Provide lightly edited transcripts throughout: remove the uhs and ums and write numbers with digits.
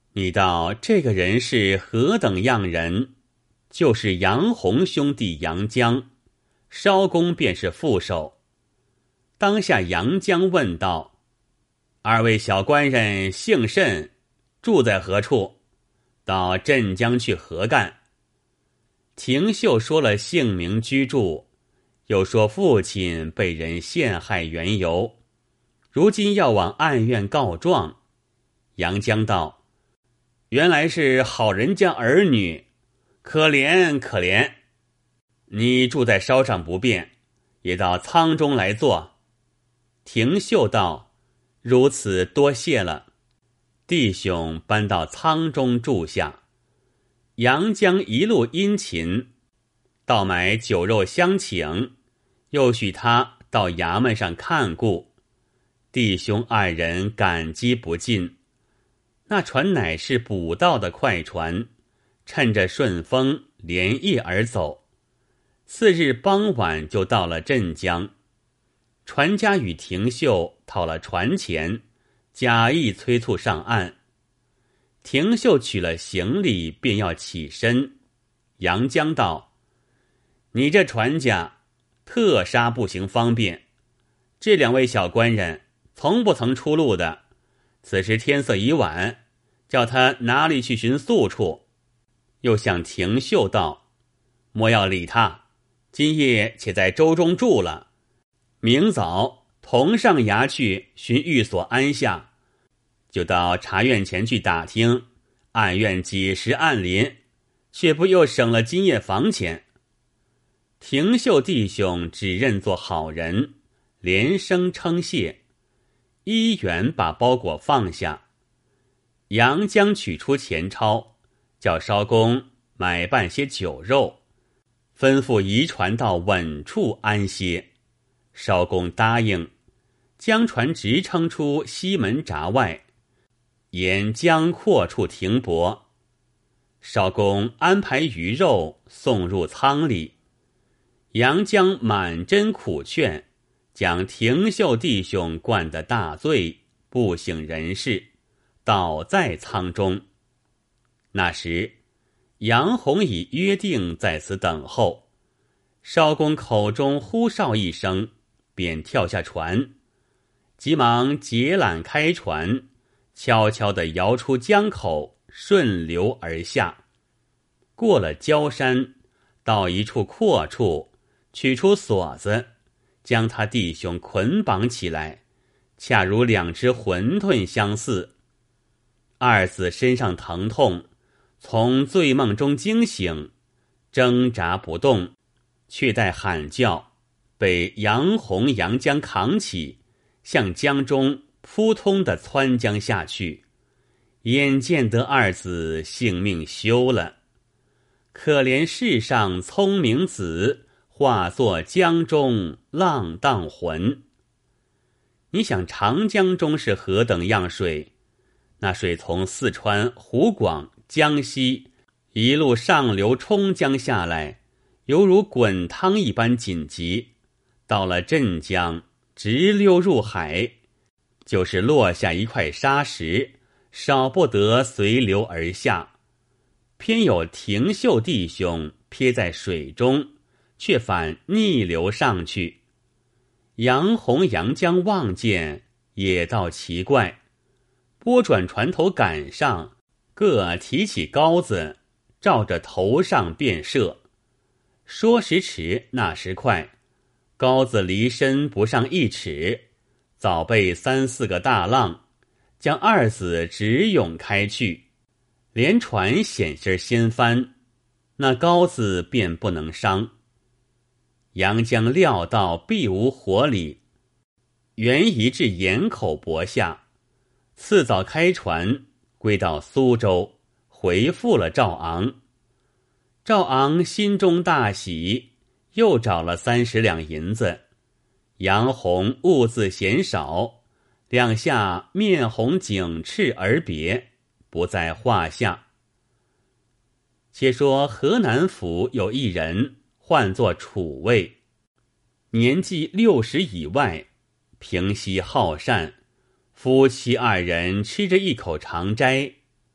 你道这个人是何等样人？就是杨洪兄弟杨江，艄公便是副手。当下杨江问道：二位小官人姓甚？住在何处？到镇江去何干？廷秀说了姓名居住，又说父亲被人陷害缘由，如今要往案院告状。杨江道：原来是好人家儿女，可怜可怜。你住在梢上不便，也到仓中来坐。廷秀道：如此多谢了。弟兄搬到仓中住下。杨江一路殷勤，倒买酒肉相请，又许他到衙门上看顾。弟兄二人感激不尽。那船乃是捕盗的快船，趁着顺风连夜而走。次日傍晚就到了镇江。船家与廷秀讨了船钱，假意催促上岸。廷秀取了行李便要起身。杨江道：你这船家特杀不行方便，这两位小官人从不曾出路的，此时天色已晚，叫他哪里去寻宿处？又向廷秀道：莫要理他，今夜且在州中住了，明早同上衙去寻寓所安下，就到茶院前去打听案院几时按临，却不又省了今夜房钱。廷秀弟兄只认作好人，连声称谢，一元把包裹放下。杨江取出钱钞，叫艄公买办些酒肉，吩咐移船到稳处安歇。艄公答应，将船直撑出西门闸外，沿江阔处停泊。艄公安排鱼肉送入舱里。杨江满真苦劝，将廷秀弟兄灌得大醉，不省人事，倒在舱中。那时杨洪已约定在此等候。艄公口中呼哨一声，便跳下船，急忙解缆开船，悄悄地摇出江口，顺流而下。过了焦山，到一处阔处，取出锁子，将他弟兄捆绑起来，恰如两只馄饨相似。二子身上疼痛，从醉梦中惊醒，挣扎不动，却待喊叫，被杨洪、杨江扛起，向江中扑通地窜江下去。眼见得二子性命休了，可怜世上聪明子，化作江中浪荡魂。你想长江中是何等样水？那水从四川、湖广、江西一路上流冲江下来，犹如滚汤一般紧急，到了镇江直溜入海，就是落下一块沙石，少不得随流而下。偏有廷秀弟兄撇在水中，却反逆流上去。杨洪、杨江望见，也道奇怪，拨转船头赶上，各提起篙子，照着头上便射。说时迟，那时快，篙子离身不上1尺，早被3、4个大浪将二子直涌开去，连船险些掀翻，那篙子便不能伤。杨江料到必无活力，原移至盐口泊下，次早开船归到苏州，回复了赵昂。赵昂心中大喜，又找了30两银子。杨洪物自嫌少，两下面红颈赤而别，不在话下。且说河南府有一人，唤作楚卫，年纪60以外，平息好善，夫妻2人吃着一口长斋，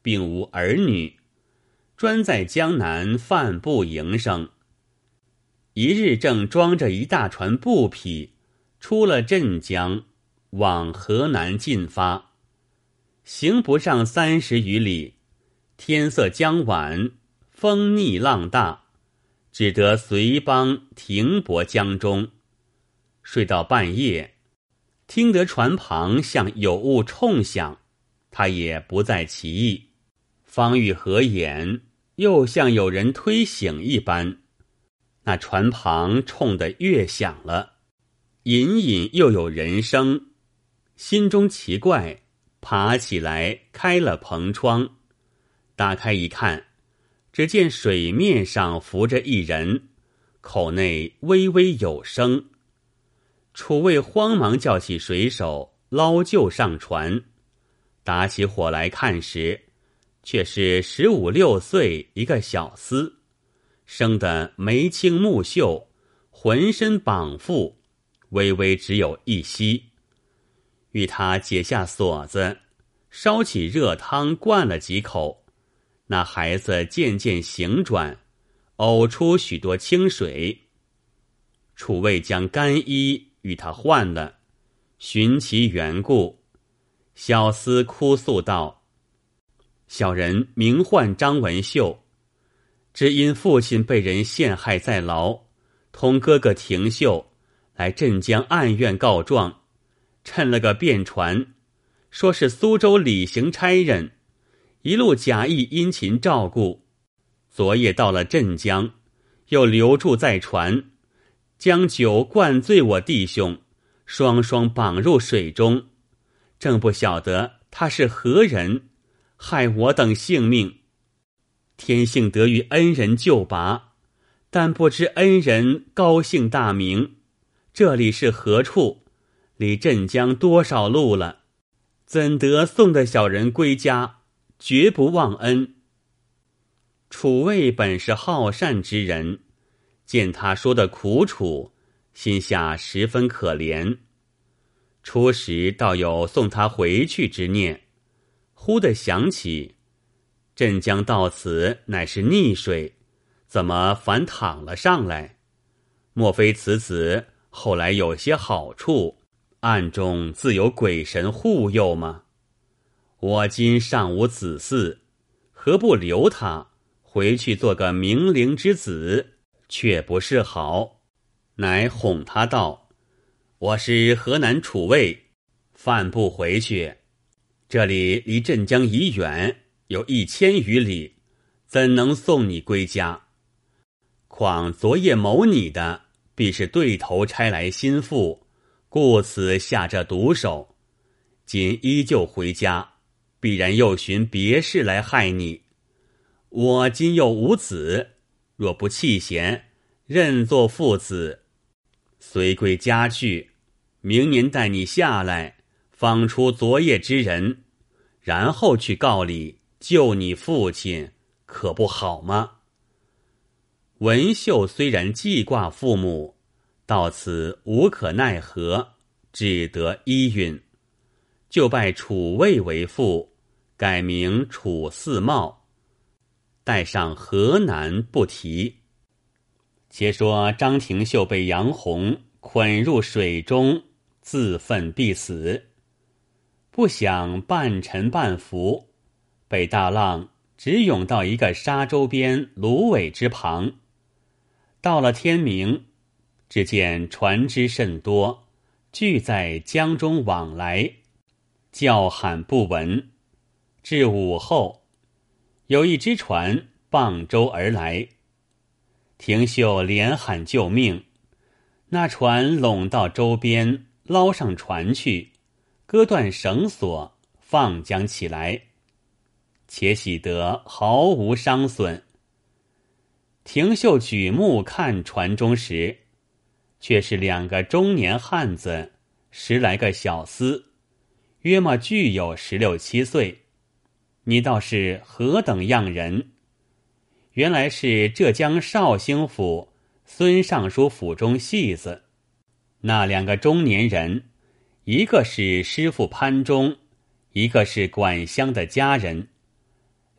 并无儿女，专在江南贩布营生。一日正装着一大船布匹，出了镇江，往河南进发。行不上30余里，天色将晚，风逆浪大，只得随帮停泊江中。睡到半夜，听得船旁像有物冲响，他也不在其意，方欲合眼，又像有人推醒一般。那船旁冲得越响了，隐隐又有人声，心中奇怪，爬起来开了篷窗，打开一看，只见水面上浮着一人，口内微微有声。楚卫慌忙叫起水手捞救上船，打起火来看时，却是15、16岁一个小厮，生得眉清目秀，浑身绑缚，微微只有一息。与他解下锁子，烧起热汤灌了几口，那孩子渐渐醒转，呕出许多清水。楚卫将干衣与他换了，寻其缘故。小厮哭诉道：小人名唤张文秀，只因父亲被人陷害在牢，同哥哥廷秀来镇江案院告状，趁了个便船，说是苏州李行差人，一路假意殷勤照顾。昨夜到了镇江，又留住在船，将酒灌醉我弟兄，双双绑入水中。正不晓得他是何人，害我等性命。天幸得遇恩人救拔，但不知恩人高姓大名，这里是何处，离镇江多少路了，怎得送的小人归家，绝不忘恩。楚卫本是好善之人，见他说的苦楚，心下十分可怜。初时倒有送他回去之念，忽地想起镇江到此乃是溺水，怎么反淌了上来？莫非此子后来有些好处，暗中自有鬼神护佑吗？我今尚无子嗣，何不留他回去做个明灵之子，却不是好。乃哄他道：我是河南楚卫，犯不回去，这里离镇江已远，有1000余里，怎能送你归家？况昨夜谋你的，必是对头差来心腹，故此下这毒手。今依旧回家，必然又寻别事来害你。我今又无子，若不弃贤，认作父子，随归家去，明年带你下来，访出昨夜之人，然后去告里救你父亲，可不好吗？文秀虽然记挂父母，到此无可奈何，只得依允，就拜楚卫为父，改名楚四茂，带上河南不提。且说张廷秀被杨洪捆入水中，自奋必死，不想半沉半浮，被大浪直涌到一个沙洲边芦苇之旁。到了天明，只见船只甚多，聚在江中往来，叫喊不闻。至午后，有一只船傍舟而来，廷秀连喊救命，那船拢到舟边，捞上船去，割断绳索，放将起来，且喜得毫无伤损。廷秀举目看船中时，却是2个中年汉子，10来个小厮，约莫俱有16、17岁。你倒是何等样人？原来是浙江绍兴府孙尚书府中戏子。那2个中年人，一个是师傅潘忠，一个是管乡的家人。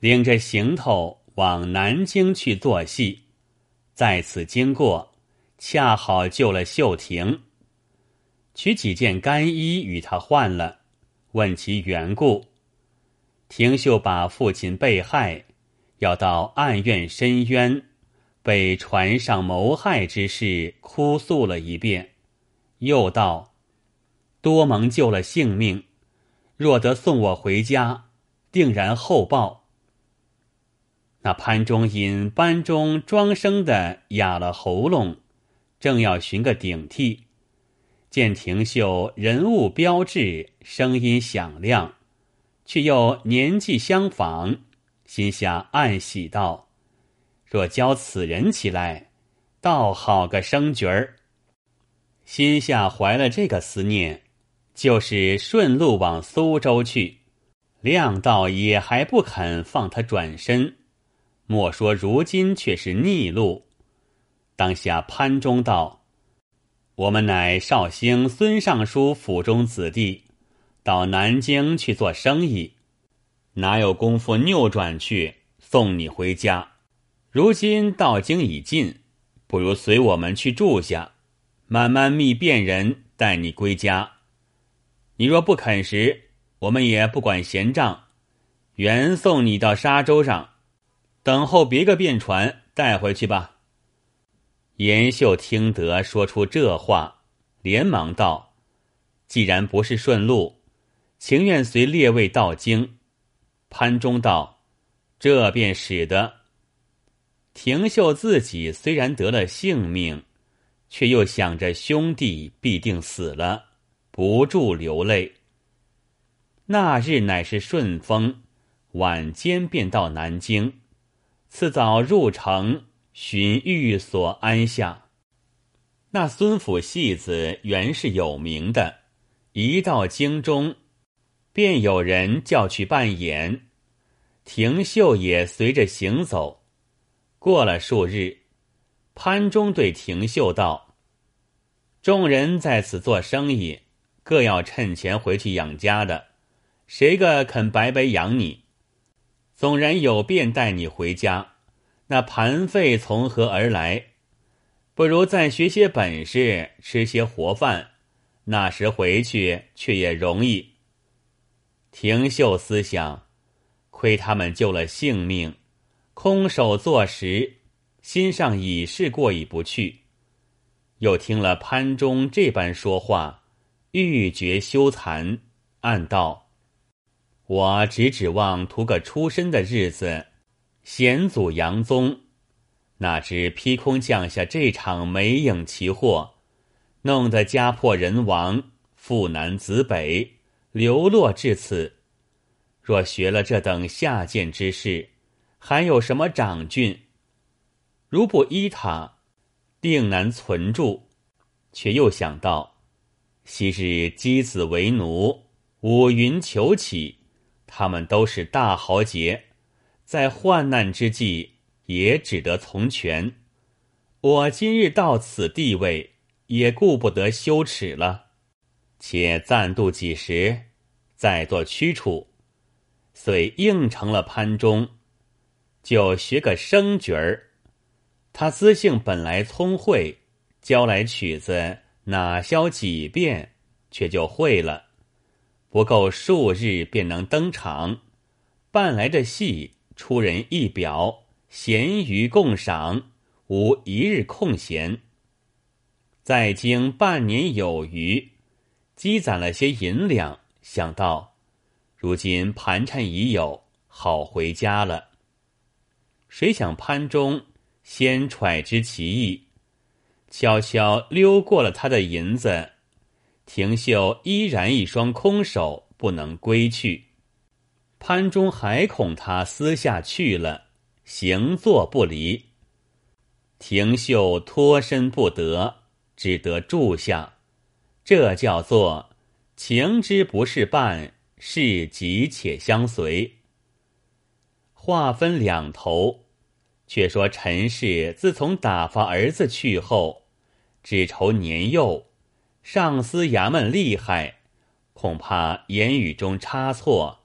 领着行头往南京去做戏，在此经过，恰好救了秀婷，取几件干衣与他换了，问其缘故。廷秀把父亲被害，要到暗院申冤，被船上谋害之事哭诉了一遍，又道：多蒙救了性命，若得送我回家，定然厚报。那潘忠因班中庄生的哑了喉咙，正要寻个顶替，见廷秀人物标致，声音响亮，却又年纪相仿，心下暗喜道：若教此人起来，倒好个生角儿。心下怀了这个思念，就是顺路往苏州去，亮道也还不肯放他转身，莫说如今却是逆路。当下潘忠道：我们乃绍兴孙尚书府中子弟，到南京去做生意，哪有功夫拗转去送你回家？如今到京已尽，不如随我们去住下，慢慢觅便人带你归家。你若不肯时，我们也不管闲账，原送你到沙洲上，等候别个便船带回去吧。严秀听得说出这话，连忙道：既然不是顺路，情愿随列位到京。潘忠道：这便使得。廷秀自己虽然得了性命，却又想着兄弟必定死了，不住流泪。那日乃是顺风，晚间便到南京，次早入城寻寓所安下。那孙府戏子原是有名的，一到京中，便有人叫去扮演，廷秀也随着行走。过了数日，潘忠对廷秀道：众人在此做生意，各要趁钱回去养家的，谁个肯白白养你？纵然有便带你回家，那盘费从何而来？不如再学些本事，吃些活饭，那时回去却也容易。廷秀思想，亏他们救了性命，空手坐时，心上已是过意不去。又听了潘忠这般说话，欲觉羞惭，暗道：我只指望图个出身的日子，显祖扬宗，哪知劈空降下这场没影奇祸，弄得家破人亡，父南子北，流落至此。若学了这等下贱之事，还有什么长进？如不依他，定难存住。却又想到，昔日箕子为奴，五云求起，他们都是大豪杰，在患难之际也只得从权。我今日到此地位，也顾不得羞耻了，且暂度几时，再做驱除。遂应承了潘忠，就学个生角儿。他资性本来聪慧，教来曲子哪消几遍，却就会了。不够数日便能登场，办来的戏出人意表，咸鱼共赏，无一日空闲。在京半年有余，积攒了些银两，想到如今盘缠已有，好回家了。谁想潘忠先揣知其意，悄悄溜过了他的银子，廷秀依然一双空手，不能归去。潘忠还恐他私下去了，行坐不离。廷秀脱身不得，只得住下。这叫做情之不是伴，事急且相随。话分两头，却说陈氏自从打发儿子去后，只愁年幼，上司衙门厉害，恐怕言语中差错，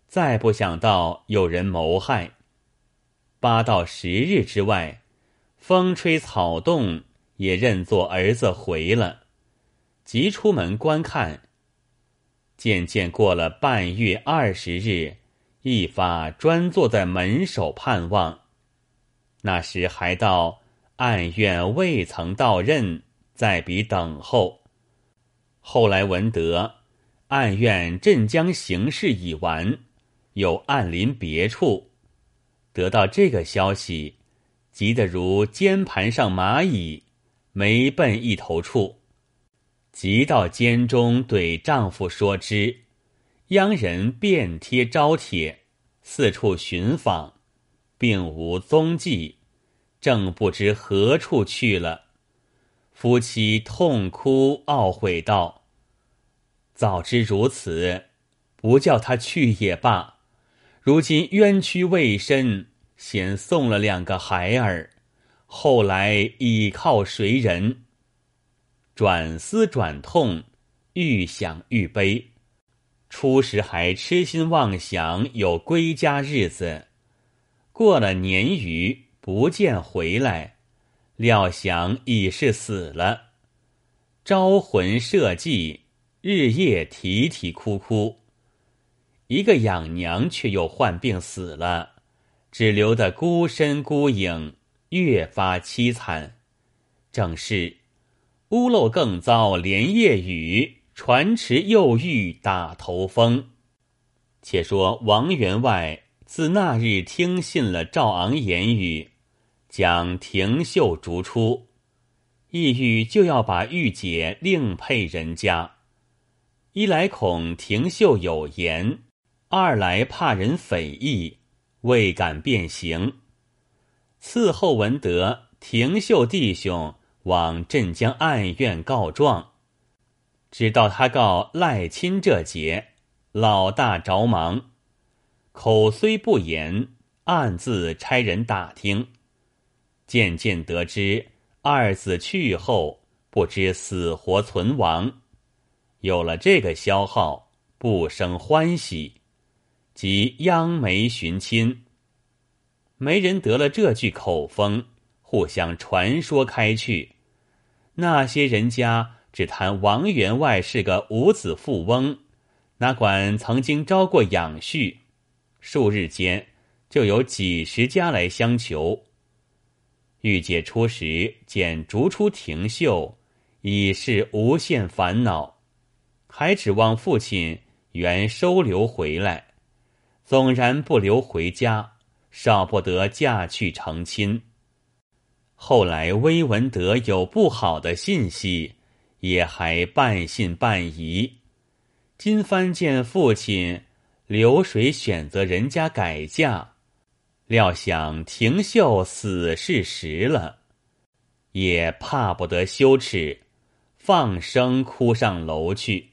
再不想到有人谋害。8到10日之外，风吹草动，也认作儿子回了，即出门观看。渐渐过了半月20日，一发专坐在门首盼望。那时还到案院未曾到任，在彼等候。后来闻得案院镇江行事已完，有案临别处。得到这个消息，急得如煎盘上蚂蚁，没奔一头处。急到监中对丈夫说之，央人遍贴招帖，四处寻访，并无踪迹，正不知何处去了。夫妻痛哭懊悔道：早知如此，不叫他去也罢，如今冤屈未深，先送了2个孩儿，后来倚靠谁人？转思转痛，愈想愈悲。初时还痴心妄想有归家日子，过了年余不见回来，料想已是死了。招魂设计，日夜啼啼哭哭。一个养娘却又患病死了，只留得孤身孤影，越发凄惨。正是屋漏更遭连夜雨，船迟又遇打头风。且说王员外自那日听信了赵昂言语，将廷秀逐出，意欲就要把玉姐另配人家。一来恐廷秀有言，二来怕人匪议，未敢便行。次后闻得廷秀弟兄往镇江案院告状，直到他告赖亲这节，老大着忙，口虽不言，暗自差人打听。渐渐得知二子去后，不知死活存亡。有了这个消耗，不生欢喜，即央媒寻亲。媒人得了这句口风，互相传说开去。那些人家只谈王员外是个无子富翁，哪管曾经招过养婿，数日间就有几10家来相求。玉姐初时见逐出廷秀，已是无限烦恼，还指望父亲原收留回来，纵然不留回家，少不得嫁去成亲。后来微闻得有不好的信息，也还半信半疑。今番见父亲流水选择人家改嫁，料想廷秀死是实了，也怕不得羞耻，放声哭上楼去。